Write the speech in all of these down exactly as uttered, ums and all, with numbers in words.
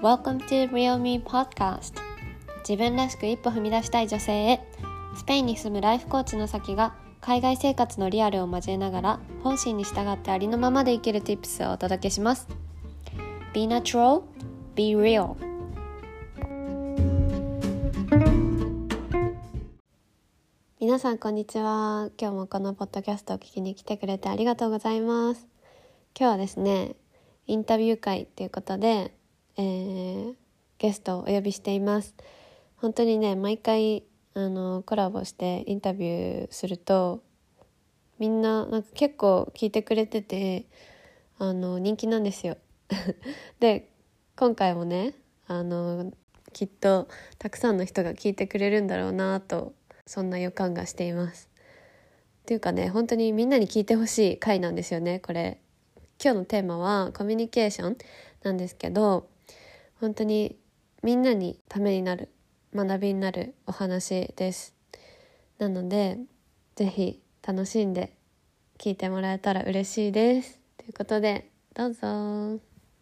Welcome to Real Me Podcast。 自分らしく一歩踏み出したい女性へ、スペインに住むライフコーチの先が海外生活のリアルを交えながら本心に従ってありのままで生きる Tips をお届けします。 Be natural, be real。 皆さんこんにちは。今日もこのポッドキャストを聞きに来てくれてありがとうございます。今日はですね、インタビュー会ということで、えー、ゲストをお呼びしています。本当にね、毎回あのコラボしてインタビューするとみんな、なんか結構聞いてくれてて、あの人気なんですよで、今回もね、あのきっとたくさんの人が聞いてくれるんだろうなと、そんな予感がしています。っていうかね、本当にみんなに聞いてほしい回なんですよね、これ。今日のテーマはコミュニケーションなんですけど、本当にみんなにためになる、学びになるお話です。なのでぜひ楽しんで聞いてもらえたら嬉しいです。ということでどうぞ。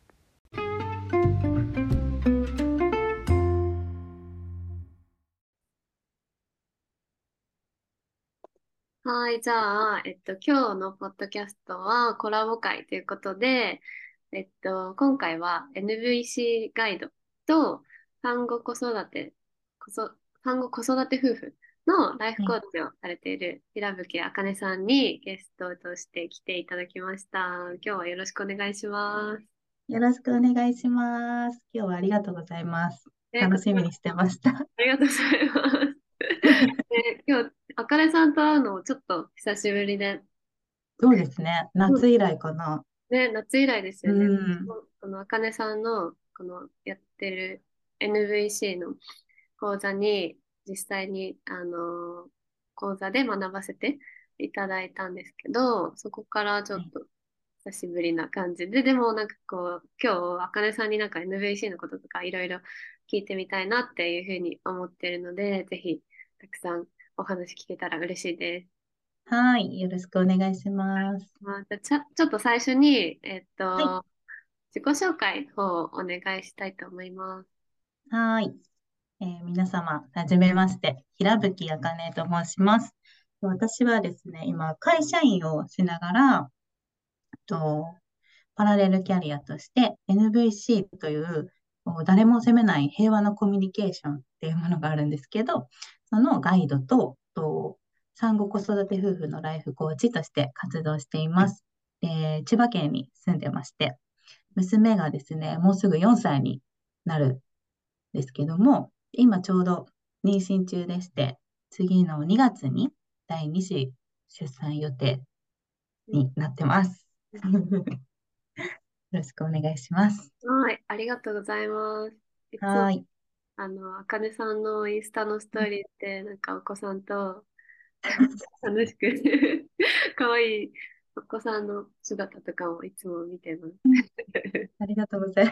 はい、じゃあ、えっと、今日のポッドキャストはコラボ会ということで、えっと、今回は エヌブイシー ガイドと産後子育て、こそ産後子育て夫婦のライフコーチをされている平吹茜さんにゲストとして来ていただきました。今日はよろしくお願いします。 よろしくお願いします。今日はありがとうございます。 え、こ楽しみにしてました。 ありがとうございます。で、今日、あかねさんと会うのちょっと久しぶりで、 そうですね。夏以来かな。 ね、夏以来ですうよね。 ん。 このあかねさんのこのやってる エヌブイシー の講座に実際にあの講座で学ばせていただいたんですけど、そこからちょはい。 っと久しぶりな感じで、でもなんかこう今日あかねさんになんか エヌブイシー のこととかいろいろ聞いてみたいなっていうふうに思ってるので、ぜひたくさんお話聞けたら嬉しいです。 はい。よろしくお願いします。 まあ、じゃあちょ、ちょっと最初に、えっはい。 と、自己紹介の方をお願いしたいと思います。 はい。えー皆様、はじめまして。平吹茜と申します。私はですね、今、会社員をしながら、とパラレルキャリアとして エヌブイシー という誰も責めない平和のコミュニケーションっていうものがあるんですけど、そのガイドと、と産後子育て夫婦のライフコーチとして活動しています。で、千葉県に住んでまして、娘がですね、もうすぐよんさいになるんですけども、今ちょうど妊娠中でして、次のにがつにだいに子出産予定になってます。よろしくお願いします。 はい、ありがとうございます。いつも、 はーい。 あの、あかねさんのインスタのストーリーって、なんかお子さんと楽しくかわいいお子さんの姿とかもいつも見てます。 うん、ありがとうございます。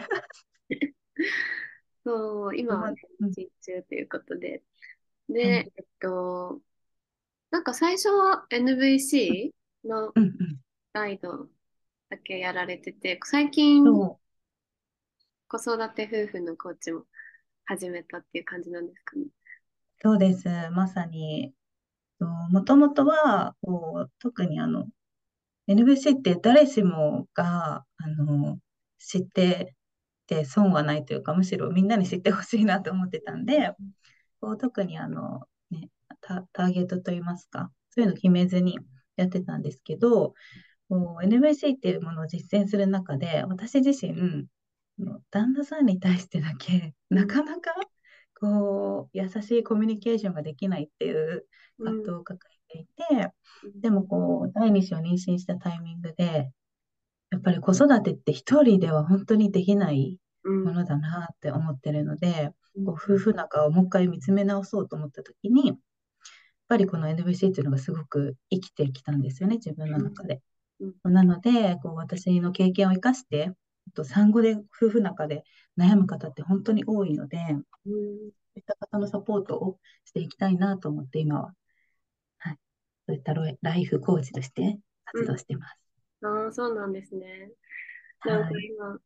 そう、今はね、 うん、 妊娠中ということで。 はい。 で、えっと、なんか最初は エヌブイシー のうん、うん。 ガイドだけやられてて、最近そう、 子育て夫婦のコーチも始めたっていう感じなんですかね。 そうです。まさに、もともとは、こう、特にあの、エヌブイシー って誰しもが、あの、知ってて損はないというか、むしろみんなに知ってほしいなと思ってたんで、こう特にあの、ね、タ、ターゲットといいますか、そういうの決めずにやってたんですけど、こう エヌブイシー っていうものを実践する中で、私自身、あの旦那さんに対してだけ、 うん、 なかなかこう優しいコミュニケーションができないっていううん、 葛藤を抱えていて、 うん、 でもこう、第二子を妊娠したタイミングで、やっぱり子育てって一人では本当にできないうん、 ものだなって思ってるので、 うん、 こう夫婦仲をもう一回見つめ直そうと思った時に、やっぱりこの エヌブイシー っていうのがすごく生きてきたんですよね、自分の中で。 うん、 なので、こう私の経験を生かして、と産後で夫婦仲で悩む方って本当に多いので、そううん。 いった方のサポートをしていきたいなと思って、今は、はい、そういったロイライフコーチとして活動しています。 ああ、そうなんですね。なんかはい。 今、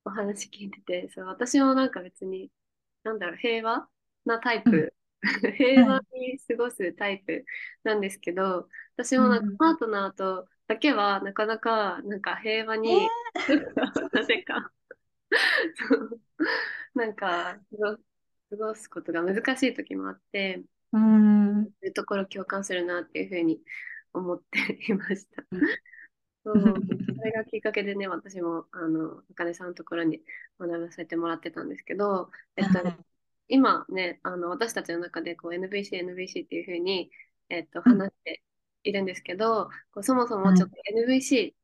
お話聞いてて、そう、私もなんか別に、なんだろう、平和なタイうん。 プ、平和はい。 に過ごすタイプなんですけど、私もなんかうん。 パートナーとだけはなかなかなんか平和に、 えなぜか、そうなんか過ご、過ごすことが難しい時もあって、 ー、うん。 そういうところ共感するなっていうふうに思っていました。 うん。 そう、それがきっかけでね、私も、あの、あかねさんのところに学ばせてもらってたんですけど、えっと、 はい。 今ね、あの、私たちの中で、こう、エヌブイシー、エヌブイシー っていうふうに、えっと、 うん。 話しているんですけど、こうそもそもはい。 ちょっと エヌブイシー って、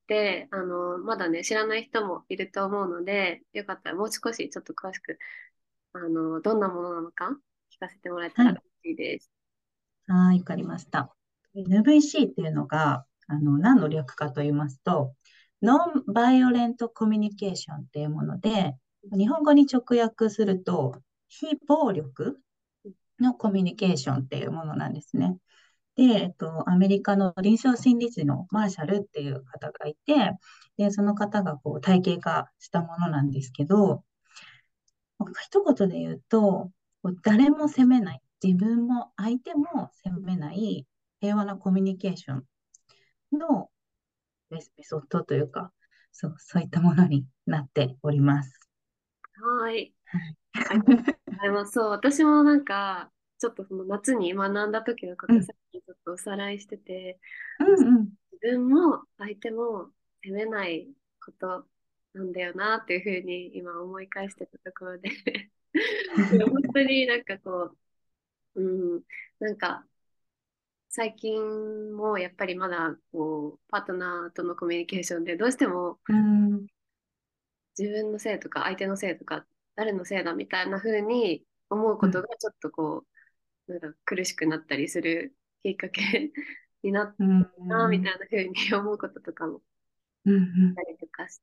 あの、まだね、知らない人もいると思うので、よかったらもう少しちょっと詳しく、あの、どんなものなのか聞かせてもらえたはい。 ら嬉しいです。 はい、わかりました。エヌブイシー っていうのが、あの、何の略かと言いますと、ノンバイオレントコミュニケーションっていうもので、日本語に直訳すると、非暴力のコミュニケーションっていうものなんですね。で、えっと、アメリカの臨床心理士のマーシャルっていう方がいて、で、その方がこう体系化したものなんですけど、一言で言うと、こう誰も責めない、自分も相手も責めない平和なコミュニケーションのメソッドというか、そう、そういったものになっております。 はい。 はい。 ありがとうございます。そう、私もなんか、ちょっとその夏に学んだ時のことうん、 さっきちょっとおさらいしてて、 うん、うん、 自分も相手も責めないことなんだよなっていうふうに今思い返してたところででも本当になんかこう、うん、なんか最近もやっぱりまだこう、パートナーとのコミュニケーションでどうしてもうん、 自分のせいとか相手のせいとか誰のせいだみたいな風に思ううん、 ことがちょっとこう、なんか苦しくなったりするきっかけになっうん、 たなみたうん、 いな風に思うこととかもうん、 あったりとかして、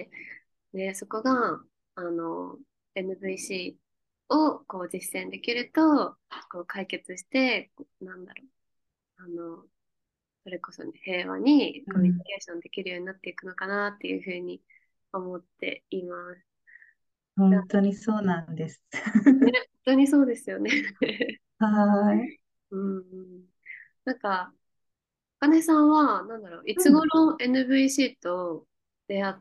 で、そこが、あの、エヌブイシー をこう実践できると、こう解決して、なんだろう、あの、それこそね、平和にコミュニうん。 ケーションできるようになっていくのかなっていう風に思っています。だ本当にそうなんです。 ね、本当にそうですよね。 はーい。 うんうん。なんか、あかねさんは、なんだろう、いつうん。 頃 エヌブイシー と出会って、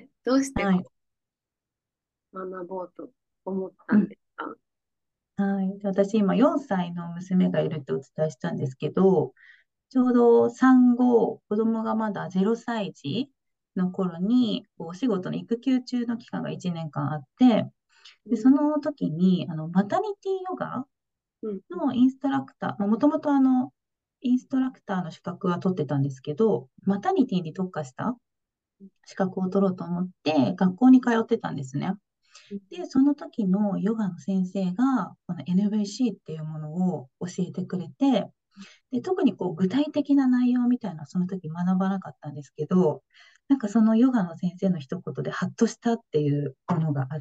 どうしてはい。 こう学ぼうと思ったうん。 んですか？ はい。私今よんさいの娘がいるってお伝えしたんですけど、ちょうど産後、子供がまだぜろさい児の頃に、こうお仕事の育休中の期間がいちねんかんあって、で、そうんの時に、あの、マタニティヨガうんうんのインストラクター、もともとあの、インストラクターの資格は取ってたんですけど、マタニティに特化した資格を取ろうと思って、学校に通ってたんですね。 うんで、その時のヨガの先生が、この エヌブイシー っていうものを教えてくれて、で、特にこう具体的な内容みたいなのはその時学ばなかったんですけど、なんかそのヨガの先生の一言でハッとしたっていうものがあって、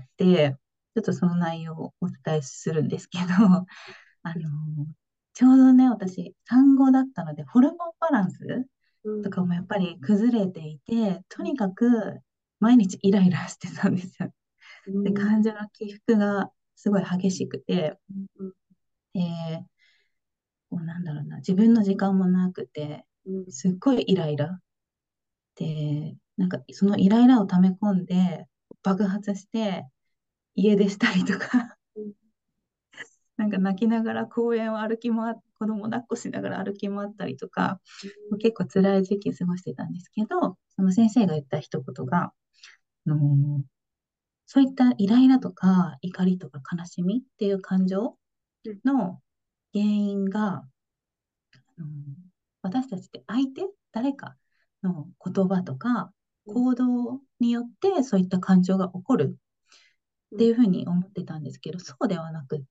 ちょっとその内容をお伝えするんですけど、あの、ちょうどね、私、産後だったので、ホルモンバランスうんとかもやっぱり崩れていて、とにかく毎日イライラしてたんですよ。で、 うん感情の起伏がすごい激しくて、 うんで、こうなんだろうな、自分の時間もなくて、 うんすっごいイライラ。で、なんかそのイライラを溜め込んで、爆発して家出したりとか、 うんなんか泣きながら公園を歩き回っ、子供抱っこしながら歩き回ったりとか、結構辛い時期過ごしてたんですけど、その先生が言った一言が、あのーそういったイライラとか怒りとか悲しみっていう感情うんの原因が、うん、私たちって相手、誰かの言葉とかうん行動によってそういった感情が起こるっていうふうに思ってたんですけど、そうではなくって、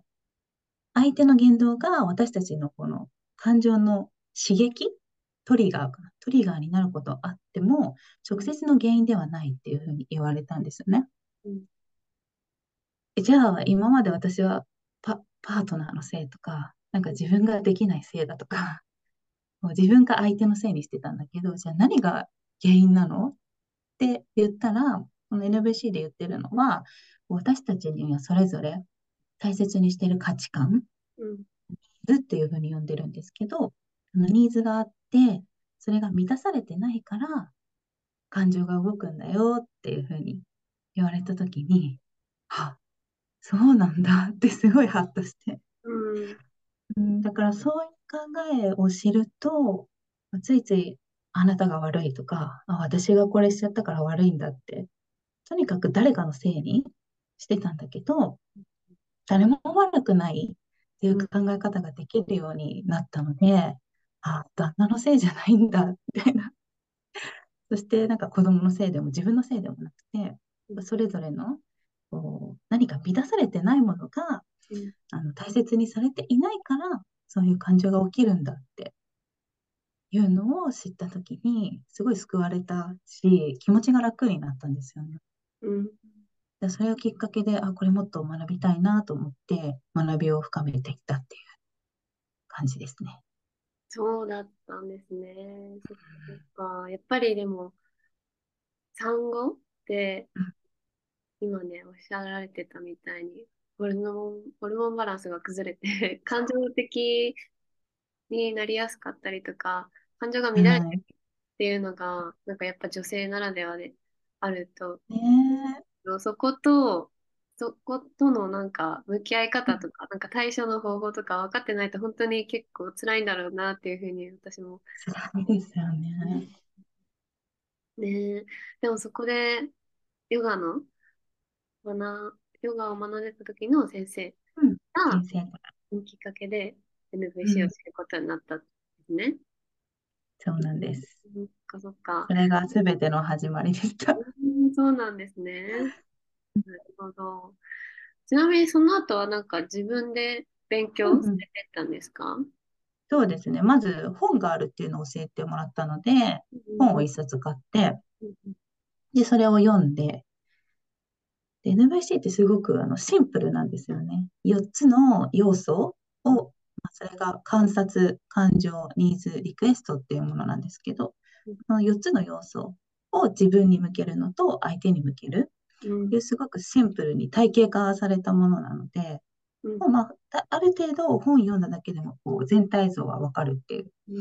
相手の言動が私たちのこの感情の刺激、トリガーかな、トリガーになることはあっても、直接の原因ではないっていうふうに言われたんですよね。 うんじゃあ、今まで私はパ、パートナーのせいとか、なんか自分ができないせいだとか、もう自分が相手のせいにしてたんだけど、じゃあ何が原因なのって言ったら、 この エヌブイシー で言ってるのは、私たちにはそれぞれ大切にしている価値観、 うん。 ズっていうふうに呼んでるんですけど、そのニーズがあって、それが満たされてないから感情が動くんだよっていうふうに言われたときに、あ、そうなんだってすごいハッとして。 うん。 うん、だからそういう考えを知ると、ついついあなたが悪いとか、あ、私がこれしちゃったから悪いんだって、とにかく誰かのせいにしてたんだけど、誰も悪くないっていううん。 考え方ができるようになったので、あ、旦那のせいじゃないんだ、みたいな。そしてなんか子供のせいでも自分のせいでもなくて、 うん。 それぞれのこう何か満たされてないものがうん。 あの大切にされていないから、そういう感情が起きるんだっていうのを知ったときに、すごい救われたし、気持ちが楽になったんですよね。 うん。 でそれをきっかけで、あ、これもっと学びたいなと思って、学びを深めていったっていう感じですね。 そうだったんですね。そっかそっか。やっぱりでも、産後って今ね、おっしゃられてたみたいに、ホルモン、ホルモンバランスが崩れて、感情的になりやすかったりとか、感情が乱れてるはい。 っていうのが、なんかやっぱ女性ならではであると、 ねそこと、そことのなんか向き合いえ。うん、 方とか、なんか対処の方法とか分かってないと本当に結構辛いんだろうなっていうふうに私も。 辛いですよね。 ねえ。でもそこでヨガの学、ヨガを学んでた時の先生うん。 が先生が。 きっかけでうエヌブイシー をん。 知ることになったんですね。 そうなんです。 そっかそっか。 それが全ての始まりでした。 うん、そうなんですね。なるほど。ちなみにその後はなんか自分で勉強さうんうん。 れてったんですか？ そうですね。まず本があるっていうのを教えてもらったので、本をうん。 一冊買って、 うん。 で、それを読んで、で エヌブイシー ってすごくあのシンプルなんですよね。よっつの要素を、まあそれが観察、感情、ニーズ、リクエストっていうものなんですけど、 うん。 このよっつの要素を自分に向けるのと相手に向けるうん。 っていうすごくシンプルに体系化されたものなので、 うん。 もうまあ、ある程度本読んだだけでもこう全体像はわかるっていううん。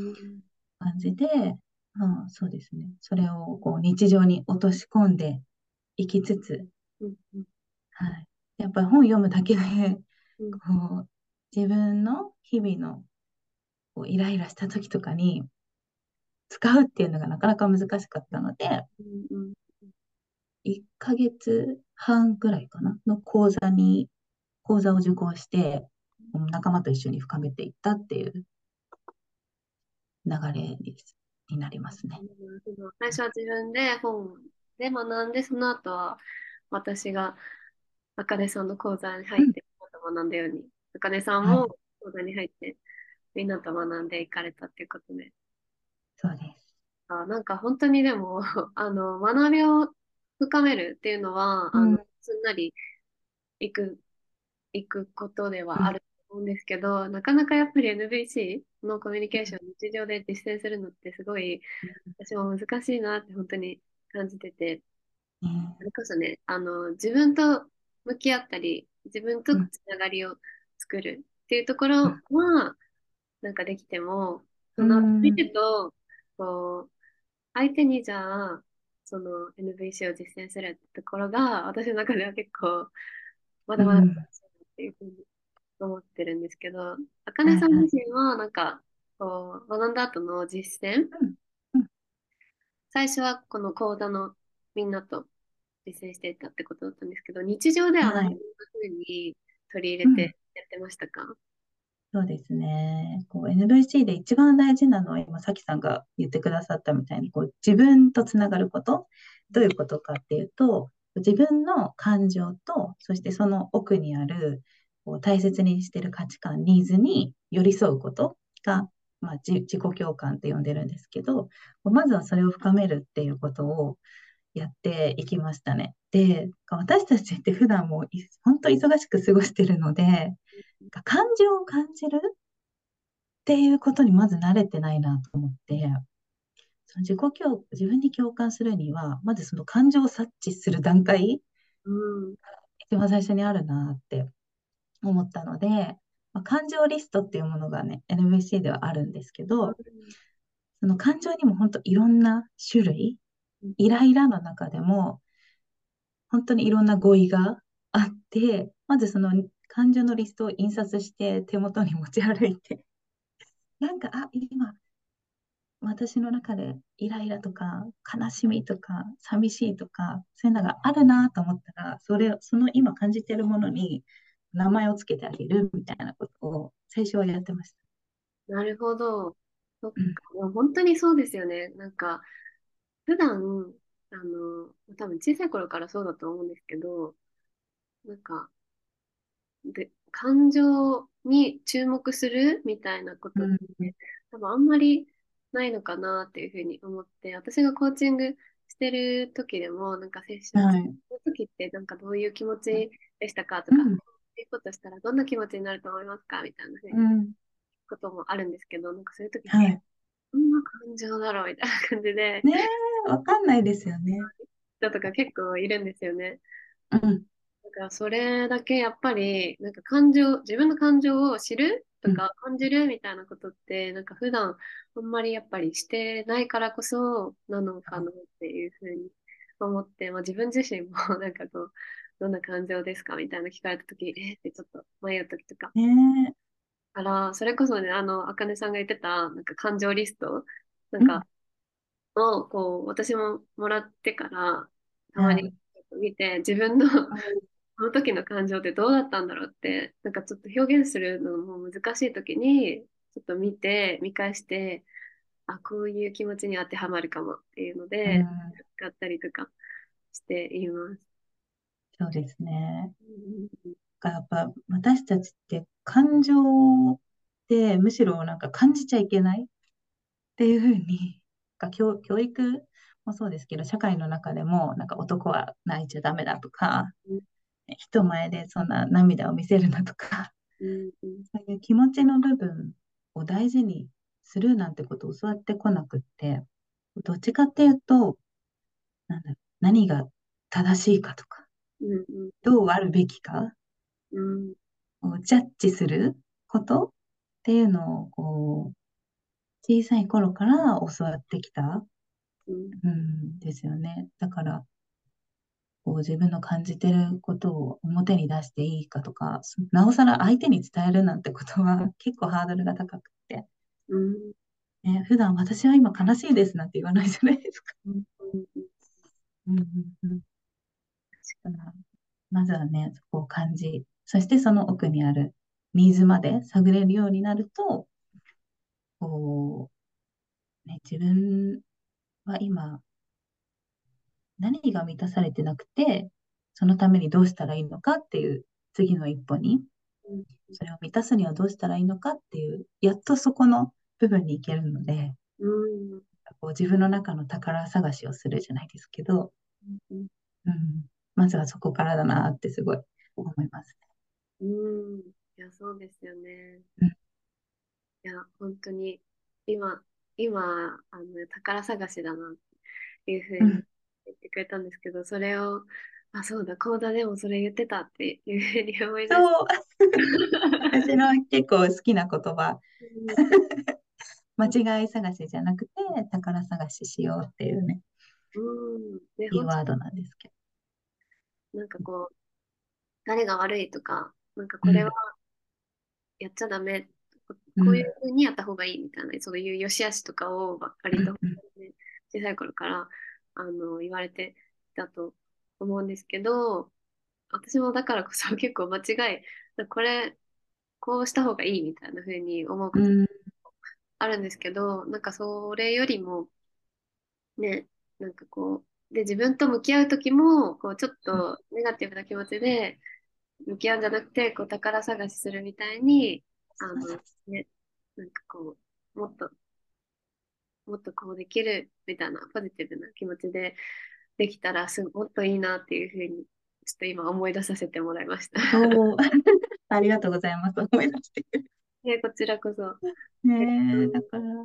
感じで、まあ、そうですね。それをこう日常に落とし込んでいきつつ、 うん。うん。 はい。やっぱり本読むだけで、 うん。 こう、自分の日々のこうイライラした時とかに使うっていうのがなかなか難しかったので、 うん。 いっかげつはんくらいかなの講座に、講座を受講して、仲間と一緒に深めていったっていう流れです、になりますね。 なるほど。最初は自分で本で学んで、その後は私があかねさんの講座に入うん。 ってみんなと学んだように、あかねさんはい。 も講座に入ってみんなと学んでいかれたっていうことで、 そうです。 あ、なんか本当にでも、あの、学びを深めるっていうのは、 うん。 あの、 うすんなりいく、いくことではあるん。 と思うんですけど、なかなかやっぱり エヌビーシー のコミュニケーションを日常で実践するのってすごい私も難しいなって本当に感じてて、そね。 れこそね、あの、自分と向き合ったり、自分とうん。 つながりを作るっていうところは、なんかできても、そうの、相ん。 手と、こう、相手にじゃあ、その エヌブイシー を実践するってところが、私の中では結構、まだまだ難うん。 しいなっていうふうに思ってるんですけど、あかねさんはいはい。 自身は、なんか、こう、学んだ後の実践、 うん。うん。 最初はこの講座のみんなと実践していたってことだったんですけど、日常ではなんかどんなはい。 風に取り入うん。 れてやってましたか？ そうですね。こう エヌブイシー で一番大事なのは、今、さきさんが言ってくださったみたいに、こう自分とつながること、どういうことかっていうと、自分の感情と、そしてその奥にある、こう大切にしている価値観、ニーズに寄り添うことが、まあ、自自己共感って呼んでるんですけど、まずはそれを深めるっていうことをやっていきましたね。で、私たちって普段もうい本当忙しく過ごしてるので、感情を感じるっていうことにまず慣れてないなと思って、 その自己共、自分に共感するには、まずその感情を察知する段階、 うん。 一番最初にあるなって思ったので、まあ、感情リストっていうものがね、エヌビーシー ではあるんですけうど、 ん。 その感情にも本当いろんな種類、イライラの中でも、本当にいろんな語彙があって、まずその感情のリストを印刷して手元に持ち歩いて、なんか、あ、今、私の中でイライラとか悲しみとか寂しいとかそういうのがあるなと思ったら、それ、その今感じているものに名前をつけてあげるみたいなことを最初はやってました。 なるほど。そっか。 うん。 もう本当にそうですよね。なんか、普段、あの、多分小さい頃からそうだと思うんですけど、なんか、で、感情に注目するみたいなことっうん。 て、多分あんまりないのかなっていうふうに思って、私がコーチングしてる時でも、なんかセッションはい。 の時ってなんかどういう気持ちでしたかとか、 うん。 そういうことしたらどんな気持ちになると思いますかみたいなふうにうん。 こともあるんですけど、なんかそういう時って、え、 はい。 どんな感情だろうみたいな感じで、 ねえ、わかんないですよね。 人とか結構いるんですよね。 うん。 だからそれだけやっぱり、なんか感情、自分の感情を知るとうん。 か感じるみたいなことって、なんか普段あんまりやっぱりしてないからこそなのかなっていうふうに思って、まあ、自分自身もなんかこう、どんな感情ですかみたいな聞かれたとき、えーってちょっと迷うときとか。 ねえ。 から、それこそね、あの、あかねさんが言ってた、なんか感情リスト、なんうん。 か、を、こう、私ももらってから、たまにはい。 見て、自分のうん。 その時の感情ってどうだったんだろうって、なんかちょっと表現するのも難しい時に、ちょっと見て、見返して、あ、こういう気持ちに当てはまるかもっていうのうで、 ん。 使ったりとかしています。 そうですね。 うんかやっぱ私たちって感情ってむしろなんか感じちゃいけないっていうふうに、か教、教育もそうですけど、社会の中でも、なんか男は泣いちゃダメだとか、 うん人前でそんな涙を見せるなとか、 うんうんそういう気持ちの部分を大事にするなんてことを教わってこなくって、どっちかっていうと、なんだろう、何が正しいかとか、 うんうんどうあるべきかうんをジャッジすることっていうのを、こう、小さい頃から教わってきた、 うんうん、ですよね。だから、こう自分の感じてることを表に出していいかとか、なおさら相手に伝えるなんてことは結構ハードルが高くて、 うんね、普段私は今悲しいですなんて言わないじゃないですか。 うんうんうん。 うんうんうん。だからまずはね、そこを感じ、そしてその奥にあるニーズまで探れるようになると、こう、ね、自分は今何が満たされてなくて、そのためにどうしたらいいのかっていう次の一歩に、それを満たすにはどうしたらいいのかっていう、やっとそこの部分に行けるので、 うんこう自分の中の宝探しをするじゃないですけど、 うんうん、まずはそこからだなってすごい思いますうん。いや、そうですよね。 ね。 いや、本当に、今、今、あの、宝探しだなっていうふうにうん、 言ってくれたんですけど、それを、あ、そうだ、コーダでもそれ言ってたっていうふうに思い出して。 そう、私の結構好きな言葉、 うん間違い探しじゃなくて宝探ししようっていうね、 うん。で、本当キーワードなんですけなんかこう、誰が悪いとか、なんかど。うこれはん、 やっちゃダメ、こうん、 こういうふうにやった方がいいみたいな、そういう良し悪しとかをばっかりと、 うん、うん、 ね、小さい頃からあの言われてきたと思うんですけど、私もだからこそ結構間違い、これ、こうした方がいいみたいな風に思うことうん、 あるんですけど、なんかそれよりもね、なんかこう、で、自分と向き合う時も、こう、ちょっとネガティブな気持ちで向き合うんじゃなくて、こう、宝探しするみたいに、あの、ね、なんかこう、もっと、もっとこうできるみたいなポジティブな気持ちでできたらすごもっといいなっていうふうに、ちょっと今思い出させてもらいました。 おー、ありがとうございます。思い出してくれで、こちらこそ。えっねえ、だと、 から、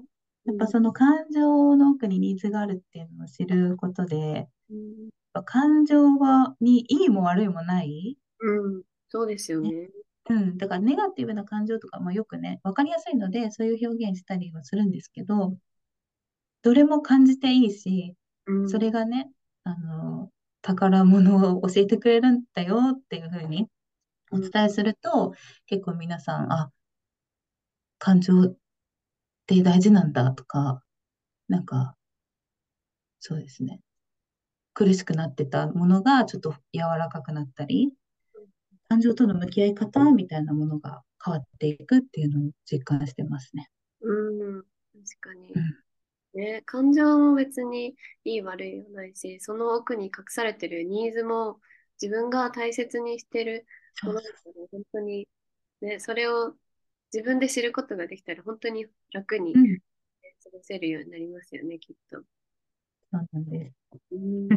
やっぱその感情の奥にニーズがあるっていうのを知ることで、やっうん、 ぱ感情は、にいいも悪いもない、 うん、そうですよね。 ね。 うん。だからネガティブな感情とか、まあ、よくね、わかりやすいので、そういう表現したりはするんですけど、どれも感じていいし、そうん、 れがね、あの、宝物を教えてくれるんだよっていうふうにうん、 お伝えすると、結構皆さん、あ、感情って大事なんだとか、なんか、そうですね、苦しくなってたものがちょっと柔らかくなったり、感情との向き合い方みたいなものが変わっていくっていうのを実感してますね。 うん、確かに。 うん。 ね、感情も別にいい悪いはないし、その奥に隠されてるニーズも自分が大切にしてるものだかそうそら、本当に、ね、それを自分で知ることができたら、本当に楽にう。うん。 過ごせるようになりますよね、きっと。 そうなんです。 うん、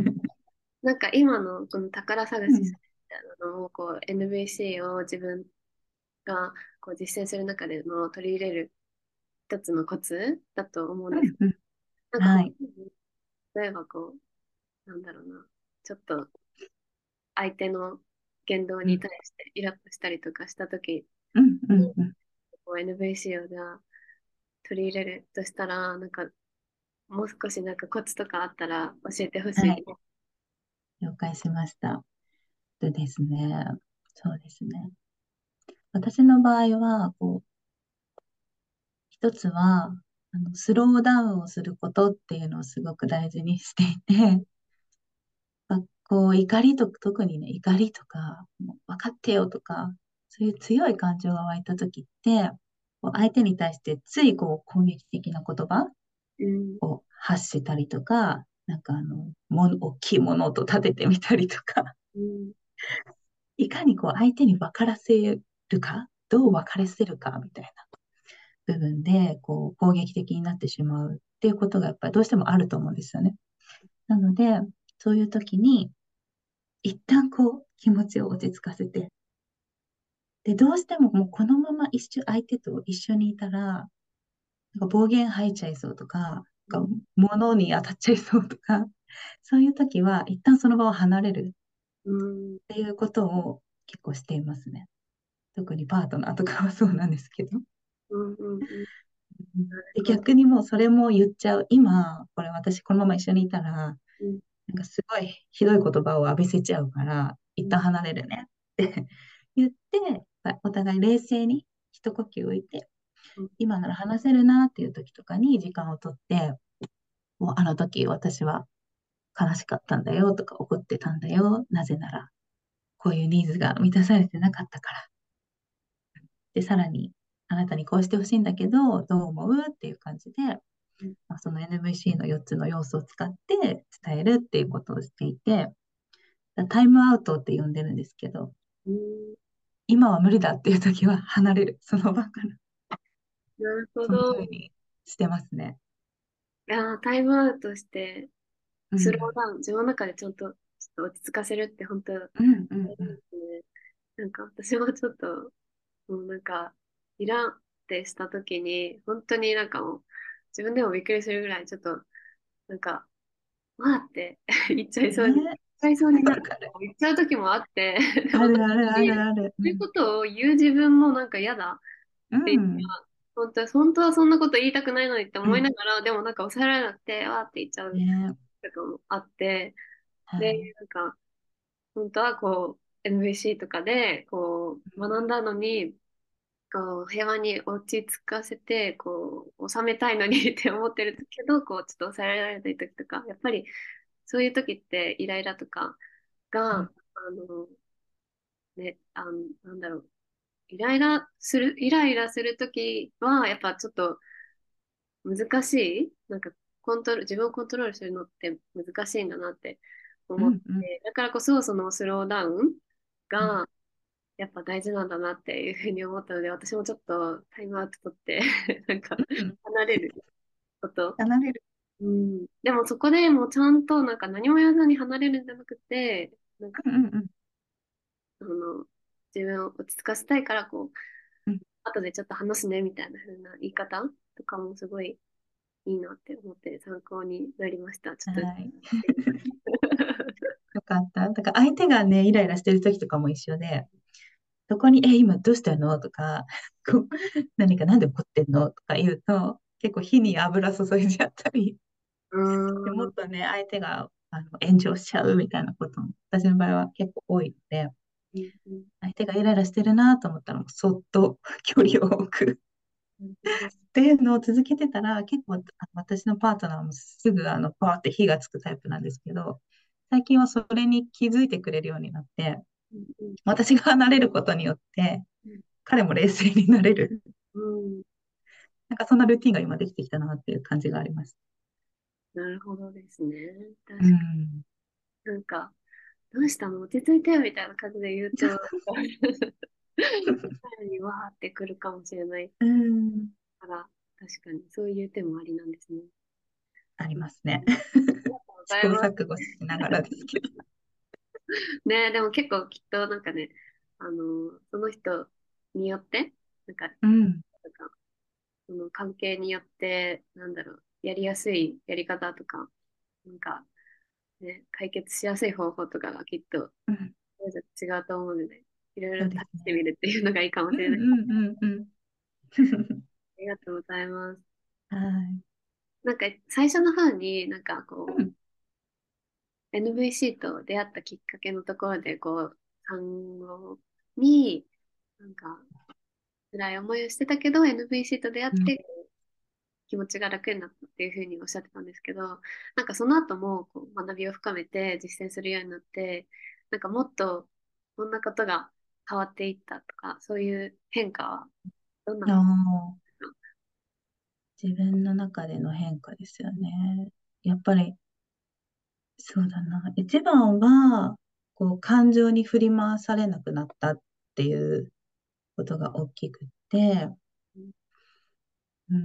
なんか今のこの宝探しうん。 みたいなのをこう エヌビーシー を自分がこう実践する中での取り入れる一つのコツだと思うんです。 うん。うん。 なんか、 はい。 例えばこう、なんだろうな、ちょっと相手の言動うん。 に対してイラッとしたりとかしたとき、 うん。うん。うん。 こう エヌビーシー をじゃあ取り入れるとしたら、なんかもう少しなんかコツとかあったら教えてほしいです。 はい。了解しました。でですね、そうですね。私の場合は、こう、一つは、あの、スローダウンをすることっていうのをすごく大事にしていて、まあこう、怒りと、特にね、怒りとか、もう分かってよとか、そういう強い感情が湧いた時って、こう相手に対してついこう攻撃的な言葉うん、 を発したりとか、なんかあの、もの、大きい物音立ててみたりとか、 うん、 いかにこう相手に分からせるか、どう分からせるかみたいな部分で、こう攻撃的になってしまうっていうことがやっぱりどうしてもあると思うんですよね。なので、そういう時に、一旦こう気持ちを落ち着かせて、で、どうしてももうこのまま一緒、相手と一緒にいたら、なんか暴言吐いちゃいそうとか、なんか物に当たっちゃいそうとか、そういう時は一旦その場を離れるうん、 っていうことを結構していますね。特にパートナーとかはそうなんですけど。 うん、うん、うん、 うん。で、 なるほど。 逆にもうそれも言っちゃう。今、これ私このまま一緒にいたら、なんうん、 かすごいひどい言葉を浴びせちゃうから、一旦離れるねって言って、お互い冷静に一呼吸置いて、 うん、 今なら話せるなっていう時とかに時間をとって、もうあの時私は悲しかったんだよとか怒ってたんだよ。なぜなら、こういうニーズが満たされてなかったから。で、さらに、あなたにこうしてほしいんだけど、どう思うっていう感じで、 うん、 まあ、その エヌブイシー のよっつの要素を使って伝えるっていうことをしていて、タイムアウトって呼んでるんですけど、 うん、 今は無理だっていう時は離れる。その場から。 なるほそんなど。 風にしてますね。 いやー、タイムアウトして、スローうん。 ダウン、自分の中でちゃんと、ちょっと落ち着かせるって本当、大事うんうんうん。 ですね。なんか私もちょっと、もうなんか、イランってした時に、本当になんかもう、自分でもびっくりするぐらい、ちょっと、なんか、わーって言っちゃいそうに、言っね。 ちゃいそうになる。 わかる。 言っちゃう時もあって、でも、 あるあるあそうるある。うん。 いうことを言う自分もなんか嫌だうっていうん。 か、本当は、本当はそんなこと言いたくないのにってうん。 思いながら、でもなんか抑えられなくて、わーって言っちゃうね。 とかもあって、で、 はい。 なんか、本当はこう、エヌビーシー とかで、こう、学んだのに、こう、平和に落ち着かせて、こう、収めたいのにって思ってるけど、こう、ちょっと抑えられない時とか、やっぱり、そういう時ってイライラとかが、 うん。 あの、ね、あの、なんだろう、イライラする、イライラする時は、やっぱちょっと難しい、なんか、コントロール、自分をコントロールするのって難しいんだなって思っうんうん。 て、だからこそ、そのスローダウンうん。 が、やっぱ大事なんだなっていうふうに思ったので、私もちょっとタイムアウト取ってなんか、 うん。 離れること。 離れる。 うん。でもそこでもうちゃんとなんか何も言わずに離れるんじゃなくて、なんか、 うんうんうん。 あの、自分を落ち着かせたいから、こう、 うん。 後でちょっと話すねみたいな風な言い方とかもすごいいいなって思って参考になりました。ちょっとはい。 してみます。 よかった。だから相手がね、イライラしてる時とかも一緒で、そこに、え、今どうしたのとか、こう、何かなんで怒ってんのとか言うと、結構火に油注いじゃったり、 うでもーん。 っとね、相手があの炎上しちゃうみたいなことも、私の場合は結構多いので、 うんうん相手がイライラしてるなと思ったら、もうそっと距離を置くなるほど。 っていうのを続けてたら、結構あ私のパートナーもすぐあのパーって火がつくタイプなんですけど、最近はそれに気づいてくれるようになって、 うんうん私が離れることによって、 うん彼も冷静になれる。 うんなんかそんなルーティンが今できてきたなっていう感じがあります。 なるほどですね。確うかん。 になんか、どうしたの落ち着いてよみたいな感じで言うと、さらにわーってくるかもしれないうん。 から、確かにそういう手もありなんですね。 ありうんますね。 ありがとうご試行ざいます。 錯誤しながらですけど。 ね、でも結構きっとなんかね、あの、その人によって、なんか、 うん。 なんかその関係によって、なんだろう、やりやすいやり方とか、なんか、ね、解決しやすい方法とかがきっと、 うん。 それぞれ違うと思うので、いろいろ試そうですね。 してみるっていうのがいいかもうんしれない。 うんうんうん。 ありがとうございます。 はい。 なんか最初の方になんかこううん。 エヌブイシー と出会ったきっかけのところでこう産後になんか辛い思いをしてたけど エヌブイシー と出会っうん。 て気持ちが楽になったっていうふうにおっしゃってたんですけど、なんかその後もこう学びを深めて実践するようになって、なんかもっとこんなことが変わっていったとか、そういう変化はどんなあことあ、 ですか？ 自分の中での変化ですよね。やっぱり、そうだな。一番は、こう、感情に振り回されなくなったっていうことが大きくって、 うんうん、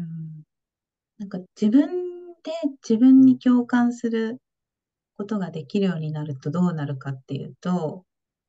なんか自分で自分に共感することができるようになるとどうなるかっていうと、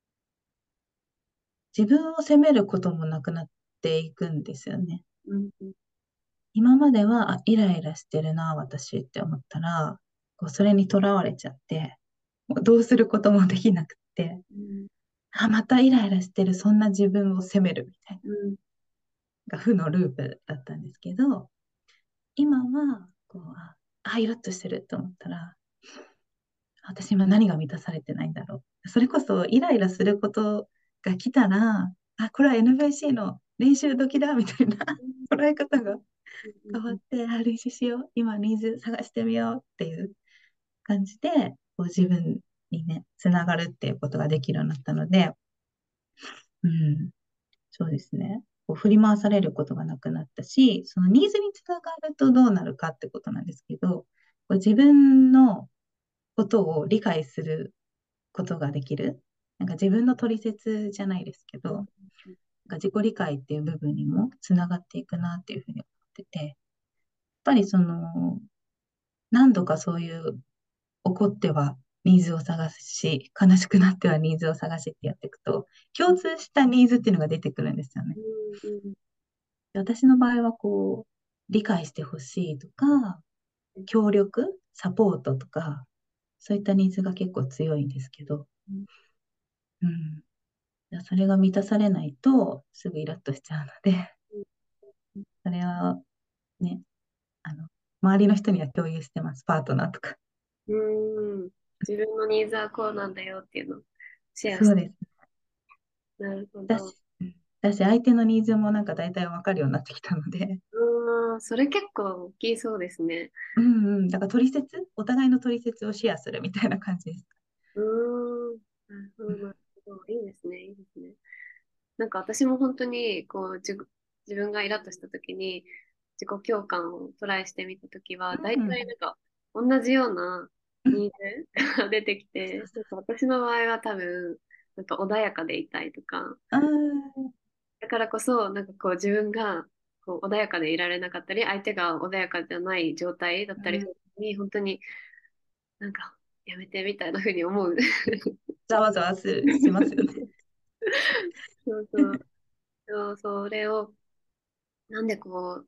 自分を責めることもなくなっていくんですよね。 うんうん今までは、あ、イライラしてるな、私って思ったら、こうそれにとらわれちゃって、もうどうすることもできなくって、 うんあ、またイライラしてる、そんな自分を責めるみたいうんな、が負のループだったんですけど、今は、こう、あ、あイラッとしてると思ったら、私今何が満たされてないんだろう。それこそイライラすることが来たら、あ、これは エヌブイシー の練習時だみたいなうん捉え方がうんうん変わって、あ、練習しよう。今ニーズ探してみようっていう感じで、こう自分にね、つながるっていうことができるようになったので、うん、そうですね。こう振り回されることがなくなったし、そのニーズにつながるとどうなるかってことなんですけど、こう自分のことを理解することができる。なんか自分の取説じゃないですけど、なんか自己理解っていう部分にもつながっていくなっていうふうに思ってて、やっぱりその、何度かそういう怒ってはニーズを探すし、悲しくなってはニーズを探しってやっていくと、共通したニーズっていうのが出てくるんですよね。 うんで私の場合はこう、理解してほしいとか、協力、サポートとか、そういったニーズが結構強いんですけど、 うんうん。それが満たされないと、すぐイラッとしちゃうので、それはね、あの、周りの人には共有してます、パートナーとか。 うん自分のニーズはこうなんだよっていうのをシェアして。 そうです。 なるほど。 だし、うんだし、相手のニーズもなんか大体わかるようになってきたので、 うん、それ結構大きいそうですね。 うんうん、だから取説、お互いの取説をシェアするみたいな感じです。 うーん、なるほど、なるほど。いいですね、いいですね。なんか私も本当に、こう、自分、自分がイラッとした時に、自己共感をトライしてみた時は、大うん。 体なんか、同じようなうんニーズが出てきて、なんか私の場合は多分、なんか穏やかでいたいとか、 あーだからこそ、なんかこう自分がこう穏やかでいられなかったり、相手が穏やかじゃない状態だったりすうんるのに、本当になんか、やめてみたいな風に思う。 ざわざわすしますよね。 そうそう。そうそれを、なんでこう、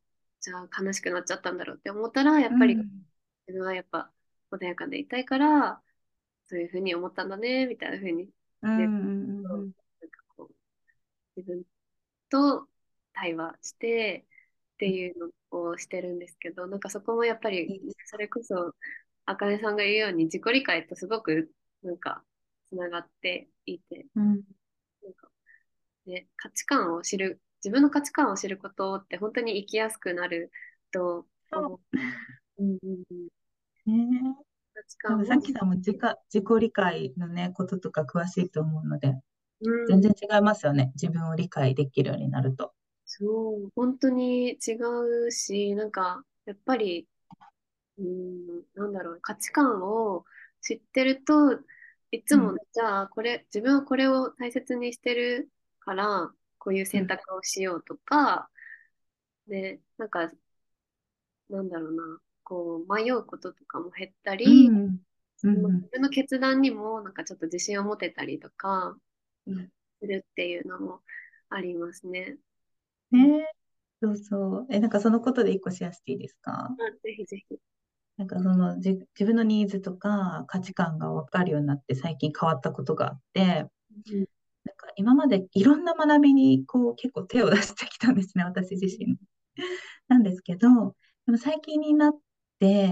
じゃあ悲しくなっちゃったんだろうって思ったら、やっぱりうん、 自分はやっぱ穏やかでいたいから、そういうふうに思ったんだね、みたいなふうに、 うん、うね、 ん、うん、 なんかこう、自分と対話してっていうのをしてるんですけど、なんかそこもやっぱり、 いいです。 それこそ、あかねさんが言うように自己理解とすごく、なんか、つながっていて、 うん。 なんかね、価値観を知る、自分の価値観を知ることって本当に生きやすくなると思う。うんうんうん。 ねえ。 価値多分観を、 さっきさんも自己、自己理解のね、こととか詳しいと思うので、 うん、 全然違いますよね。自分を理解できるようになると。 そう、本当に違うし、なんか、やっぱり、うん、なんだろう、価値観を知ってると、いつも、 うん、 じゃあ、これ、自分はこれを大切にしてるから、こういううん、 選択をしようとか、で、なんか、なんだろうな、こう、迷うこととかも減ったり、 うん、うん、 その自分の決断にも、なんかちょっと自信を持てたりとか、 うん。 するっていうのもありますね。うん。 ねえ、そうそう。え、なんかそのことで一個シェアしていいですか？ あ、ぜひぜひ。 なんかそのじ、自分のニーズとか価値観が分かるようになって最近変わったことがあって、 うん。 なんか今までいろんな学びにこう結構手を出してきたんですね、私自身。なんですけど、でも最近になって、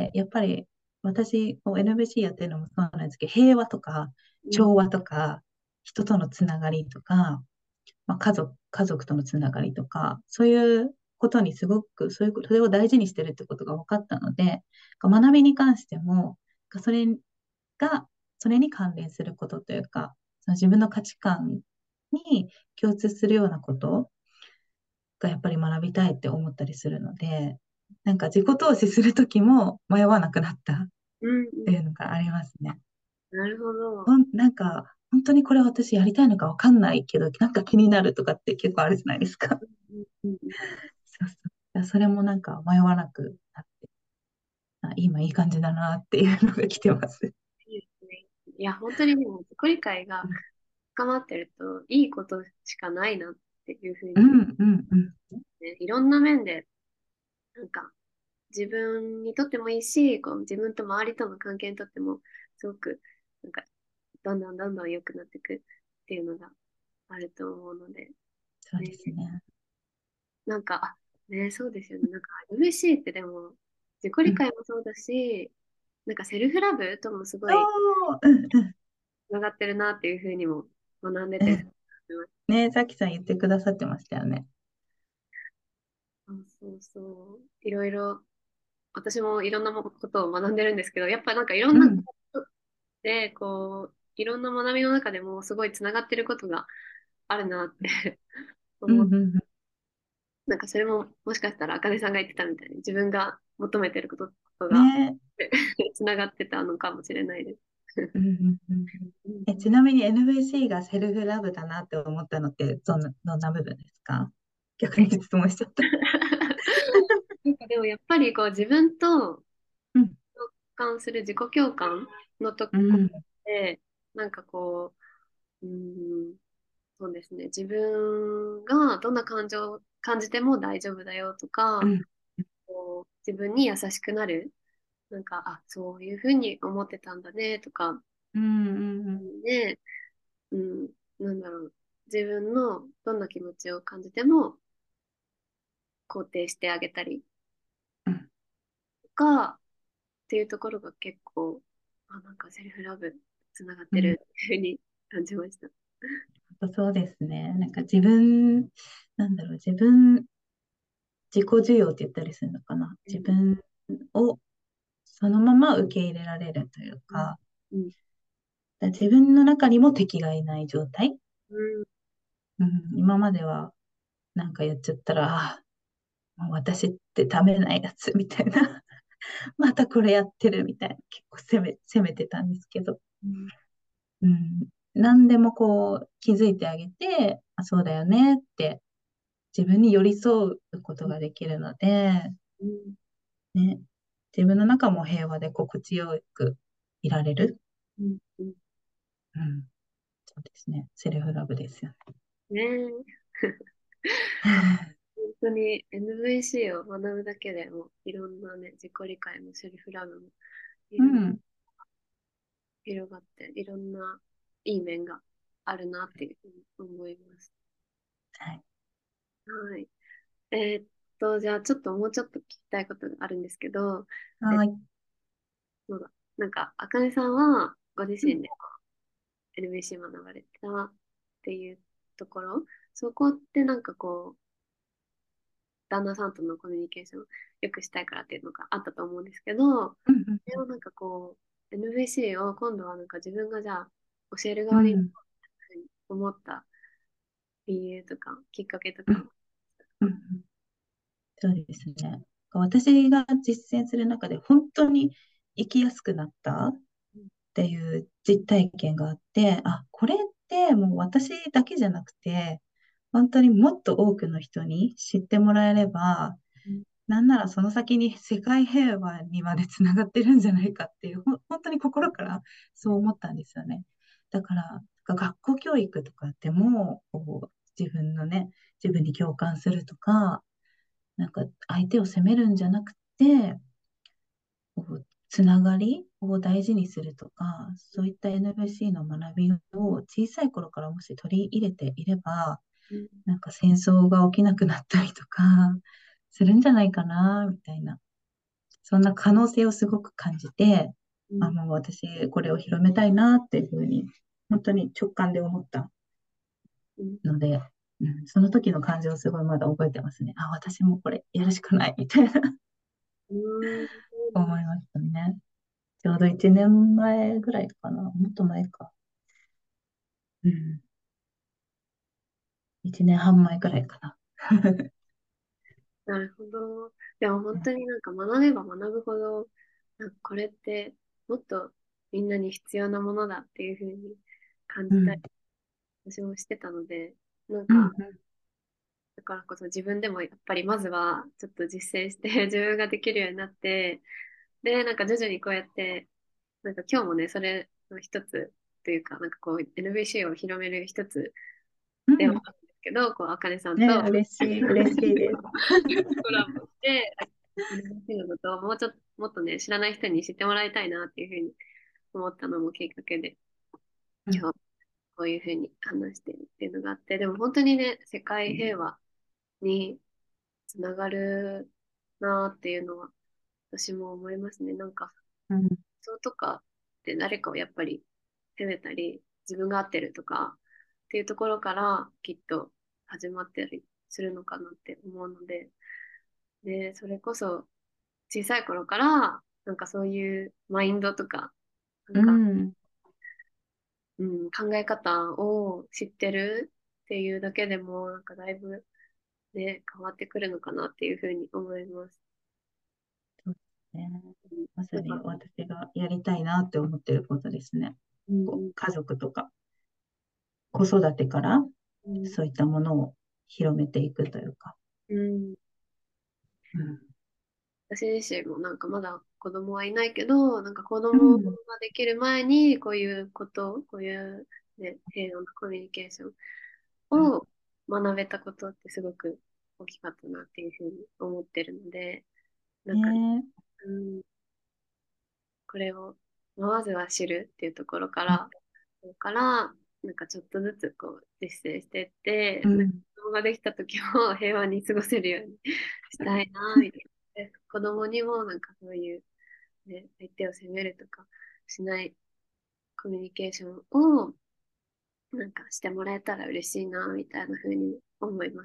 やっぱり私、こう エヌビーシー やってるのもそうなんですけど、平和とかうん。 調和とか、人とのつながりとか、まあ、家族、家族とのつながりとか、そういうことにすごく、そういうこと、それを大事にしてるってことが分かったので、学びに関しても、それが、それに関連することというか、その自分の価値観に共通するようなことがやっぱり学びたいって思ったりするので、なんか自己投資するときも迷わなくなったっうん。うん。 ていうのがありますね。 なるほど。 ほん、なんか、本当にこれ私やりたいのかわかんないけど、なんか気になるとかって結構あるじゃないですか。 うんうんうん。 そうそう。それもなんか迷わなくなって、あ、今いい感じだなっていうのが来てます。 いいですね。いや、本当にでも自己理解が深まってるといいことしかないなっていうふうに、 うんうんうん。 ね、いろんな面で、なんか自分にとってもいいし、こう自分と周りとの関係にとっても、すごく、なんか、どんどんどんどん良くなっていくっていうのがあると思うので、 そうでね、 すね。 なんか、あ、ね、そうですよね。なんか、エムシー ってでも、自己うん。 理解もそうだし、なんかセルフラブともすごいそう、うんうんつながってるなっていうふうにも学んでて、 うん。ね、さっきさん言ってくださってましたよね。 そうそうそう。いろいろ、私もいろんなことを学んでるんですけど、やっぱなんかいろんなこうん。 とで、こう、いろんな学びの中でもすごいつながってることがあるなって思っ、 うんうんなんかそれももしかしたらあかねさんが言ってたみたいに自分が求めてることことうん。 がね。 つながってたのかもしれないです。 うんうんうん。 うんえ、ちなみに エヌビーシー がセルフラブだなって思ったのってどんな、どんな部分ですか？逆に質問しちゃった。 なんかでもやっぱりこう自分とうん。 共感する自己共感のところうん。 で、なんかこう、うん、そうですね、自分がどんな感情を感じても大丈夫だよとか、 うん。 こう自分に優しくなる、なんか、あ、そういうふうに思ってたんだねとか、 うん。うん。 で、うん、なんだろう、自分のどんな気持ちを感じても肯定してあげたりうん。 とかっていうところが結構、あ、なんかセルフラブつながっうん。 てるっていうふうに感じました。 そうですね。なんか自分、なんだろう、自分、自己需要って言ったりするのかな。 うん、 自分をそのまま受け入れられるといううん、 か、 うん、 だ自分の中にも敵がいない状態。 うん、 うん、今まではなんかやっちゃったら、あ、もう私ってダメなやつみたいな、またこれやってるみたいな、結構責め、責めてたんですけど、 うん、 うん、何でもこう気づいてあげて、あ、そうだよねって自分に寄り添うことができるので、 うん、 ね、自分の中も平和で心地よくいられる。 うん、うん、 うん、そうですね。セルフラブですよね。 ねえ。 当に エヌブイシー を学ぶだけでもいろんなね、自己理解もセルフラブもいろいろうん。 広がって、いろんないい面があるなっていうふうに思います。 はい。 はい。えーっと、じゃあちょっともうちょっと聞きたいことがあるんですけど、えっはい。 と、なんか、あかねさんはご自うん。 身で エヌビーシー 学ばれたっていうところ、そこってなんかこう、旦那さんとのコミュニケーションをよくしたいからっていうのがあったと思うんですけど、 うん。 でもなんかこう、エヌビーシー を今度はなんか自分がじゃあ教える側にうん。 思った理由とか、きっかけとか。 うん。うん。そうですね。私が実践する中で本当に生きやすくなったっていう実体験があって、あ、これってもう私だけじゃなくて、本当にもっと多くの人に知ってもらえれば、 うん。 なんならその先に世界平和にまでつながってるんじゃないかっていう、ほん本当に心からそう思ったんですよね。だから、学校教育とかでも、こう自分のね、自分に共感するとか、なんか相手を責めるんじゃなくて、こうつながりを大事にするとか、そういった エヌブイシー の学びを小さい頃からもし取り入れていれば、 うん。 なんか戦争が起きなくなったりとか、するんじゃないかな、みたいな。そんな可能性をすごく感じて、あうん。 の、私、これを広めたいなっていうふうに、本当に直感で思ったうん。 ので、うん、その時の感情をすごいまだ覚えてますね。あ、私もこれやるしかない、みたいなうん。 思いましたね。ちょうどいちねんまえぐらいかな。もっと前か。うん。いちねんはん前ぐらいかな。 なるほど。でも本当になんか学べば学ぶほど、なんかこれってもっとみんなに必要なものだっていうふうに感じたり、 うん。 私もしてたので、なんうん。 か、だからこそ自分でもやっぱりまずはちょっと実践して自分ができるようになって、で、なんか徐々にこうやって、なんか今日もね、それの一つというか、なんかこう エヌビーシー を広める一つうん。 ではあるんですけど、こう、あかねさんとね、嬉しい、嬉しいです。 コラボして、エヌビーシー のことをもうちょっと、もっとね、知らない人に知ってもらいたいなっていうふうに思ったのもきっかけで、 うん。 今日こういうふうに話してるっていうのがあって、でも本当にね、世界平和につながるなっていうのは私も思いますね。なんか、 うん。 そうとかって誰かをやっぱり責めたり、自分が合ってるとかっていうところからきっと始まってたりするのかなって思うので、で、それこそ小さい頃から、なんかそういうマインドとか、なんうか、 ん。 うん、考え方を知ってるっていうだけでも、なんかだいぶね、変わってくるのかなっていうふうに思います。 そうですね。 うん、 まさになんか、 私がやりたいなって思ってることですね。 うん。うん。 こう家族とか子育てからうん。 そういったものを広めていくというか。 うん。 うん。 私自身もなんかまだ子供はいないけど、なんか子供がうん。 できる前にこういうこと、こういう、ね、平和なコミュニケーショうん。 ンを学べたことってすごく大きかったなっていうふうに思ってるので、なんか、 ねうん、これを、まあまずは知るっていうところかえ。 ら、それから、なんかちょっとずつこう実践していって、なんかうん。 子供ができた時も平和に過ごせるようにしたいな、みたいな。で子供にもなんかそういう、ね、相手を責めるとかしないコミュニケーションをなんかしてもらえたら嬉しいな、みたいな風に思います。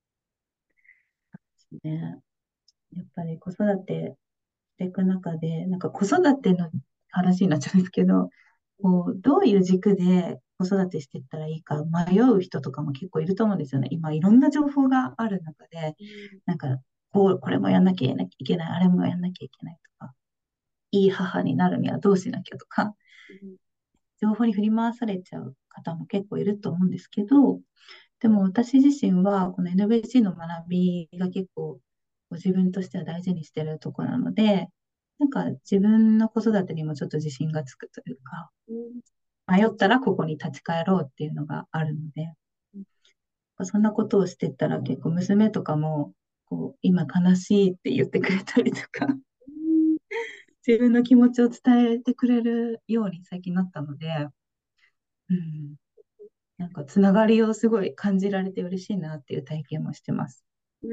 ね。やっぱり子育てしていく中で、なんか子育ての話になっちゃうんですけど、こう、どういう軸で子育てしていったらいいか迷う人とかも結構いると思うんですよね。今いろんな情報がある中で、 うん。 なんか、こう、これもやんなきゃいけない、あれもやんなきゃいけないとか、いい母になるにはどうしなきゃとか、 うん。 情報に振り回されちゃう方も結構いると思うんですけど、でも私自身はこの エヌビーシー の学びが結構自分としては大事にしてるところなので、なんか自分の子育てにもちょっと自信がつくというか、 うん。 迷ったらここに立ち返ろうっていうのがあるので、 そんなことをしてったら結構娘とかも、こう、今悲しいって言ってくれたりとか、 うん。 自分の気持ちを伝えてくれるように最近なったので、うん、なんかつながりをすごい感じられて嬉しいなっていう体験もしてます。 うん。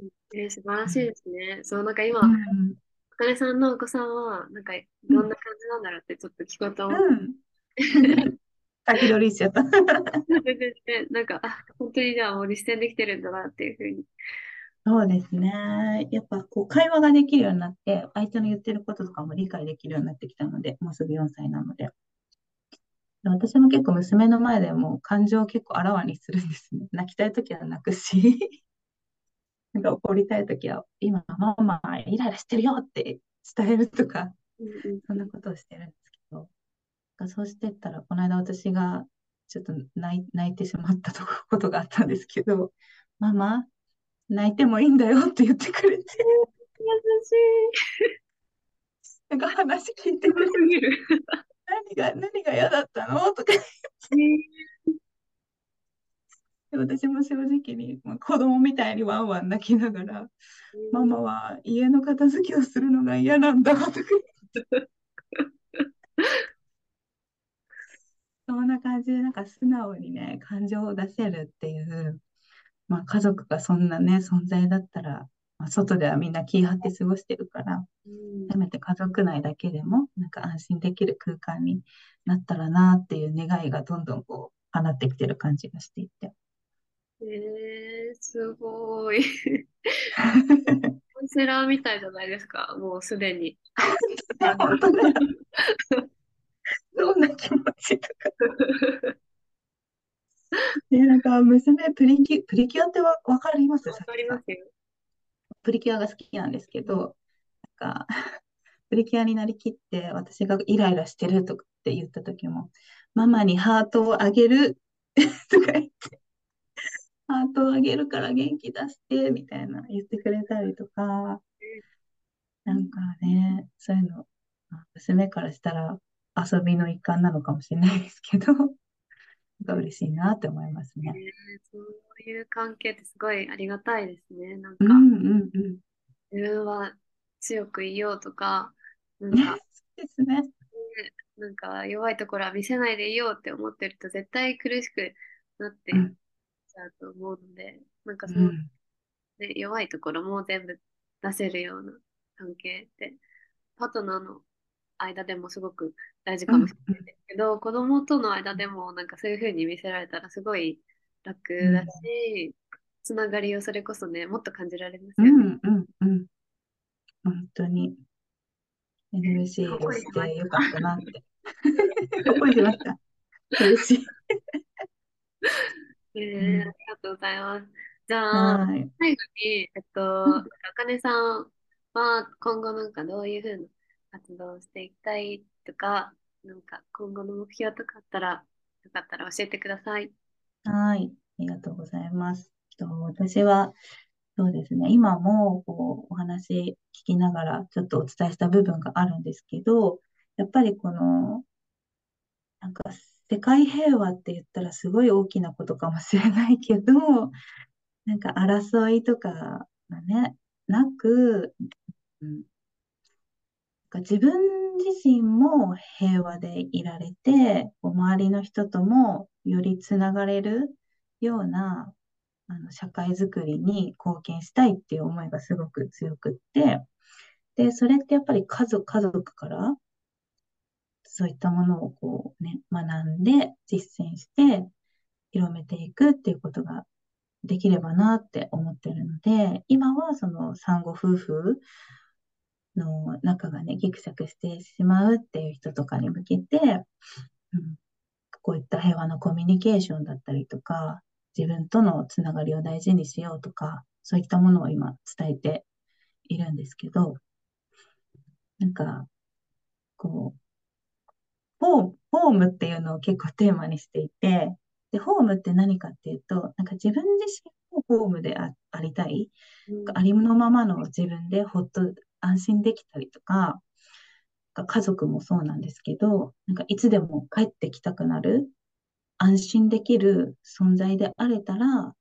えー素晴らしいうん。 ですね。そう、なんか今、 うん。 あかねさんのお子さんは、なんか、 うん。 どんな感じなんだろうってちょっと聞こうと思って。 うん。先取りしちゃった。 全然ね、なんか、あ、本当にじゃあもう実践できてるんだなっていうふうに。 そうですね。やっぱこう会話ができるようになって、相手の言ってることとかも理解できるようになってきたので、もうすぐよんさいなので。私も結構娘の前でも感情を結構あらわにするんですね。泣きたいときは泣くし、なんか怒りたいときは、今ママイライラしてるよって伝えるとか、 うんうんそんなことをしてるんですけど、そうしてったら、この間私がちょっと泣い泣いてしまったとことがあったんですけど、ママ、泣いてもいいんだよって言ってくれて、 優しなんか話聞いい。すごてくれて、 すぎる。 何が、何が嫌だったのとか、 ね。 私も正直に、まあ、子供みたいにワンワン泣きながら、ママは家の片付けをするのが嫌なんだとか、そんな感じで、なんか素直にね、感情を出せるっていう、まあ、家族がそんなね、存在だったら、まあ、外ではみんな気張って過ごしてるから、 うん。 せめて家族内だけでも、なんか安心できる空間になったらなっていう願いがどんどんこう、放ってきてる感じがしていて。 えー、すごい。カウンセラーみたいじゃないですか、もうすでに。あの本当ね、どんな気持ちとか。で、なんか娘プリキュ、プリキュアってわ、わかりますわかりさきさん？ ますよ。 プリキュアが好きなんですけど、なんか、プリキュアになりきって私がイライラしてるとかって言った時も、ママにハートをあげるとか言って、ハートをあげるから元気出してみたいな言ってくれたりとか、なんかね、そういうの、まあ娘からしたら遊びの一環なのかもしれないですけど、なんか嬉しいなって思いますえー、 ね。 そういう関係ってすごいありがたいですね。なんうんか、 うんうん。 自分は強くいようとか、なんか、 そうですね。 ね、なんか弱いところは見せないでいようって思ってると絶対苦しくなってうん、 ちゃうと思うので、なんかそう、 うん、 ね、弱いところも全部出せるような関係って、パートナーの間でもすごく大事うん、 かもしれないうん、 ですけど、子供との間でもなんかそういう風に見せられたらすごい楽だうん、 し、つながりをそれこそね、もっと感じられますよね。 うん、うん、うん、本当にえエヌエムシー をほっこりしまししてよかったなって。ほっこりしました。嬉しい。 た。えー、ありうん、 がとうございます。じゃあ、 はい。 最後に、えっと、なんか、 うん、 あかねさんは今後なんかどういう風な活動をしていきたいとか、なんか今後の目標とかあったら、よかったら教えてください。 はい。ありがとうございます。と私は、そうですね、今もこうお話聞きながらちょっとお伝えした部分があるんですけど、やっぱりこの、なんか世界平和って言ったらすごい大きなことかもしれないけど、なんか争いとかがね、なく、うん、なんか自分自身も平和でいられて、こう周りの人ともよりつながれるようなあの社会づくりに貢献したいっていう思いがすごく強くって、で、それってやっぱり家族、家族からそういったものをこうね、学んで実践して広めていくっていうことができればなって思ってるので、今はその産後夫婦の仲がね、ギクシャクしてしまうっていう人とかに向けて、うん、こういった平和なコミュニケーションだったりとか、自分とのつながりを大事にしようとか、そういったものを今伝えているんですけど、なんか、こう、ホーム、ホームっていうのを結構テーマにしていて、で、ホームって何かっていうと、なんか自分自身もホームであ、ありたい、 うん。 ありのままの自分でほっと安心できたりとか、家族もそうなんですけど、なんかいつでも帰ってきたくなる、安心できる存在であれたら、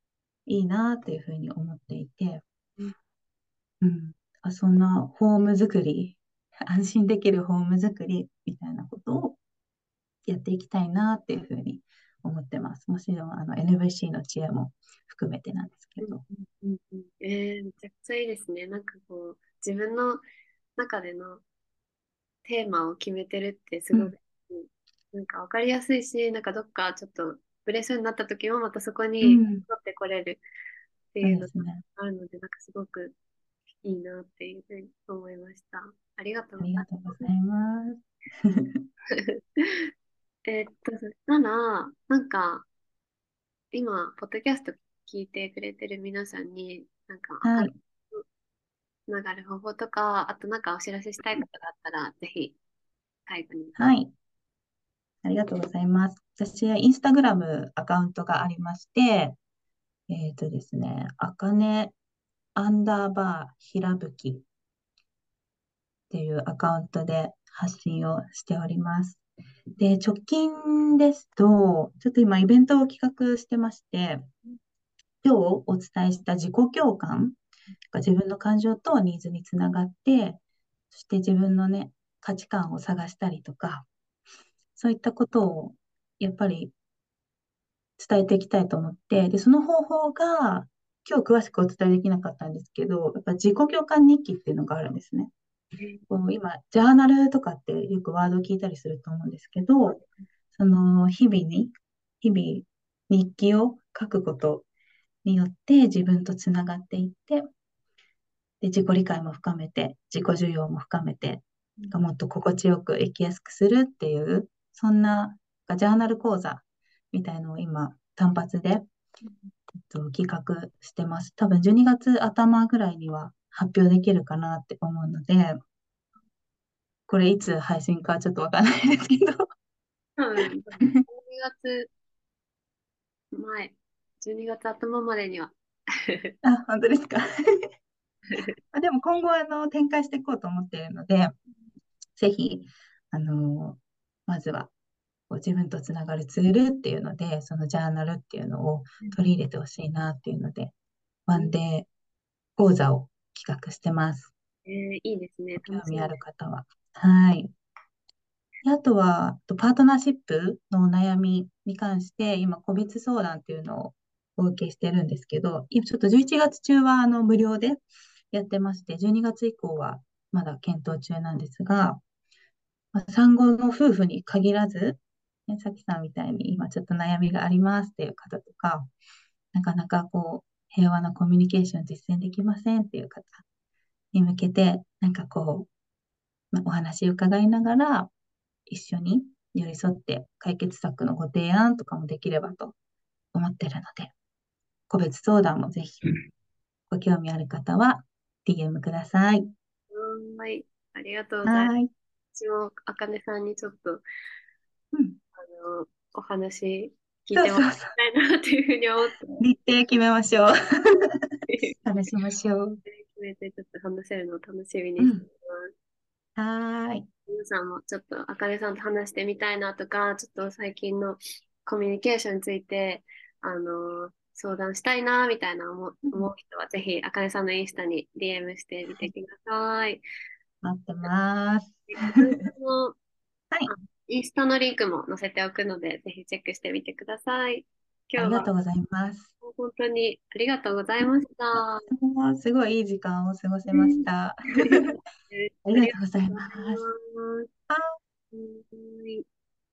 いいなっていうふうに思っていて、 うん、 うん、あそんなホーム作り、安心できるホーム作りみたいなことをやっていきたいなっていうふうに思ってます。もちろんあの エヌブイシー の知恵も含めてなんですけうん、 ど。 うん、うん。えー、めちゃくちゃいいですね。なんかこう、自分の中でのテーマを決めてるってすうん、 ごく、なんかわかりやすいし、なんかどっかちょっとブレそうになった時もまたそこにうん、 戻ってこれるってそういうのがですね。 あるので、なんかすごくいいなっていうふうに思いました。ありがとうありがございとうございます。 ます。えーっと、そしたら、なんか今、ポッドキャスト聞いてくれてる皆さんに、なんか明るはい。 くつながる方法とか、あとなんかお知らせしたいことがあったら、ぜひ最後に。 はい。ありがとうございます。私はインスタグラムアカウントがありまして、えっとですね、あかねアンダーバーひらぶきっていうアカウントで発信をしております。で、直近ですと、ちょっと今イベントを企画してまして、今日お伝えした自己共感が自分の感情とニーズにつながって、そして自分のね、価値観を探したりとか、そういったことをやっぱり伝えていきたいと思って、で、その方法が今日詳しくお伝えできなかったんですけど、やっぱ自己共感日記っていうのがあるんですね。こう今、ジャーナルとかってよくワード聞いたりすると思うんですけど、その日々に、日々日記を書くことによって自分とつながっていって、で、自己理解も深めて、自己需要も深めて、もっと心地よく生きやすくするっていう、そんなジャーナル講座みたいのを今、単発で、えっと、企画してます。多分じゅうにがつ頭ぐらいには発表できるかなって思うので、これいつ配信かちょっとわかんないですけど。 多分、じゅうにがつまえ、じゅうにがつ頭までには。 あ、本当ですか。あでも今後あの展開していこうと思っているので、ぜひ、あのまずはこう自分とつながるツールっていうので、そのジャーナルっていうのを取り入れてほしいなっていうので、ワンデー講座を企画してます。 えー、いいですね。 ご興味あ楽しみでる方は。はい。であとは、とパートナーシップのお悩みに関して、今、個別相談っていうのをお受けしてるんですけど、今ちょっとじゅういちがつ中はあの無料でやってまして、じゅうにがつ以降はまだ検討中なんですが、まあ、産後の夫婦に限らず、ね、さきさんみたいに今ちょっと悩みがありますっていう方とか、なかなかこう、平和なコミュニケーション実践できませんっていう方に向けて、なんかこう、まあお話を伺いながら、一緒に寄り添って解決策のご提案とかもできればと思ってるので、個別相談もぜひご興味ある方は ディーエム ください。 す。はーい。ありがとうございます。 はい。 私も、あかねさんにちょっと、 うん。 あの、お話聞いてもらいそうそうそう。 たいなっていうふうに思って、 日程決めましょう。話しましょう。 決めてちょっと話せるのを楽しみにしていうん。 ます。 はーい。 皆さんもちょっとあかねさんと話してみたいなとか、ちょっと最近のコミュニケーションについて、あの、相談したいなみたいな思う、 うん。 思う人は、ぜひあかねさんのインスタに ディーエム してみてください。 待ってます。 であかねさんのはい。 あインスタのリンクも載せておくので、ぜひチェックしてみてください。 あ今日はりがとうございます。 本当にありがとうございました。 もうすごいいい時間を過ごせうん、 ました。ありありががとうございとうございます。 ます。 あはい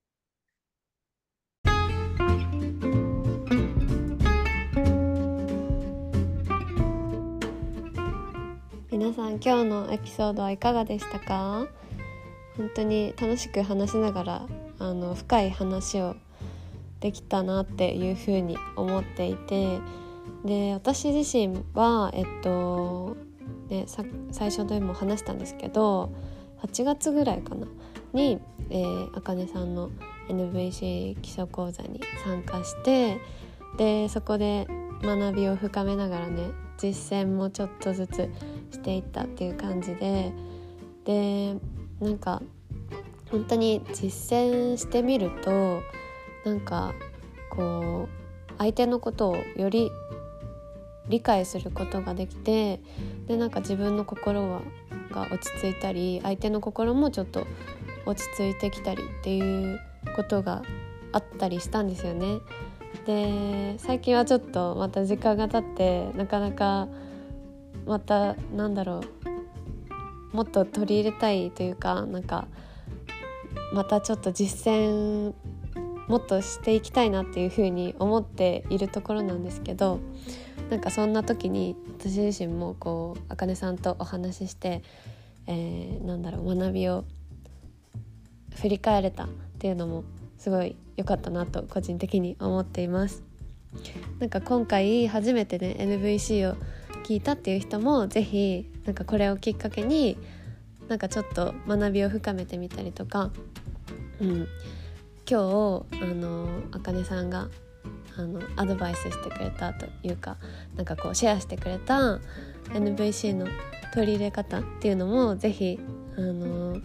皆さん今日のエピソードはいかがでしたか？本当に楽しく話しながらあの深い話をできたなっていうふうに思っていて、で私自身はえっとねさ最初でも話したんですけど、はちがつぐらいかなに、えー、あかねさんの エヌブイシー 基礎講座に参加して、でそこで学びを深めながらね、実践もちょっとずつしていったっていう感じで、でなんか本当に実践してみると、なんかこう相手のことをより理解することができて、でなんか自分の心はが落ち着いたり、相手の心もちょっと落ち着いてきたりっていうことがあったりしたんですよね。で最近はちょっとまた時間が経ってなかなかまたなんだろうもっと取り入れたいというか、なんかまたちょっと実践もっとしていきたいなっていうふうに思っているところなんですけど、なんかそんな時に私自身もこうあかねさんとお話しして、えー、なんだろう学びを振り返れたっていうのもすごい良かったなと個人的に思っています。なんか今回初めてね エヌブイシー を聞いたっていう人もぜひなんかこれをきっかけになんかちょっと学びを深めてみたりとか、うん、今日あのあかねさんがあのアドバイスしてくれたというか、なんかこうシェアしてくれた エヌブイシー の取り入れ方っていうのもぜひあの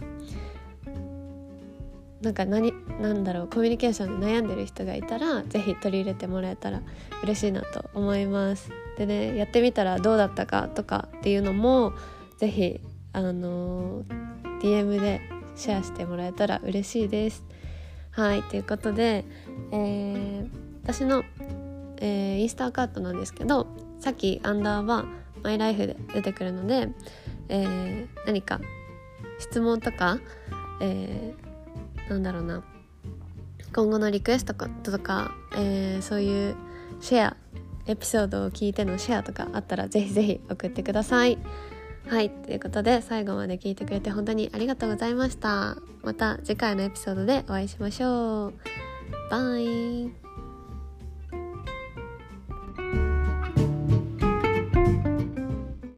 なんか何なんだろうコミュニケーションで悩んでる人がいたらぜひ取り入れてもらえたら嬉しいなと思います。でね、やってみたらどうだったかとかっていうのもぜひあの ディーエム でシェアしてもらえたら嬉しいです。はい、ということで、えー、私の、えー、インスタアカウントなんですけど、さっきアンダーバーマイライフで出てくるので、えー、何か質問とか、えー、なんだろうな今後のリクエストとか、えー、そういうシェアエピソードを聞いてのシェアとかあったらぜひぜひ送ってください。はい、ということで最後まで聞いてくれて本当にありがとうございました。また次回のエピソードでお会いしましょう。バイ。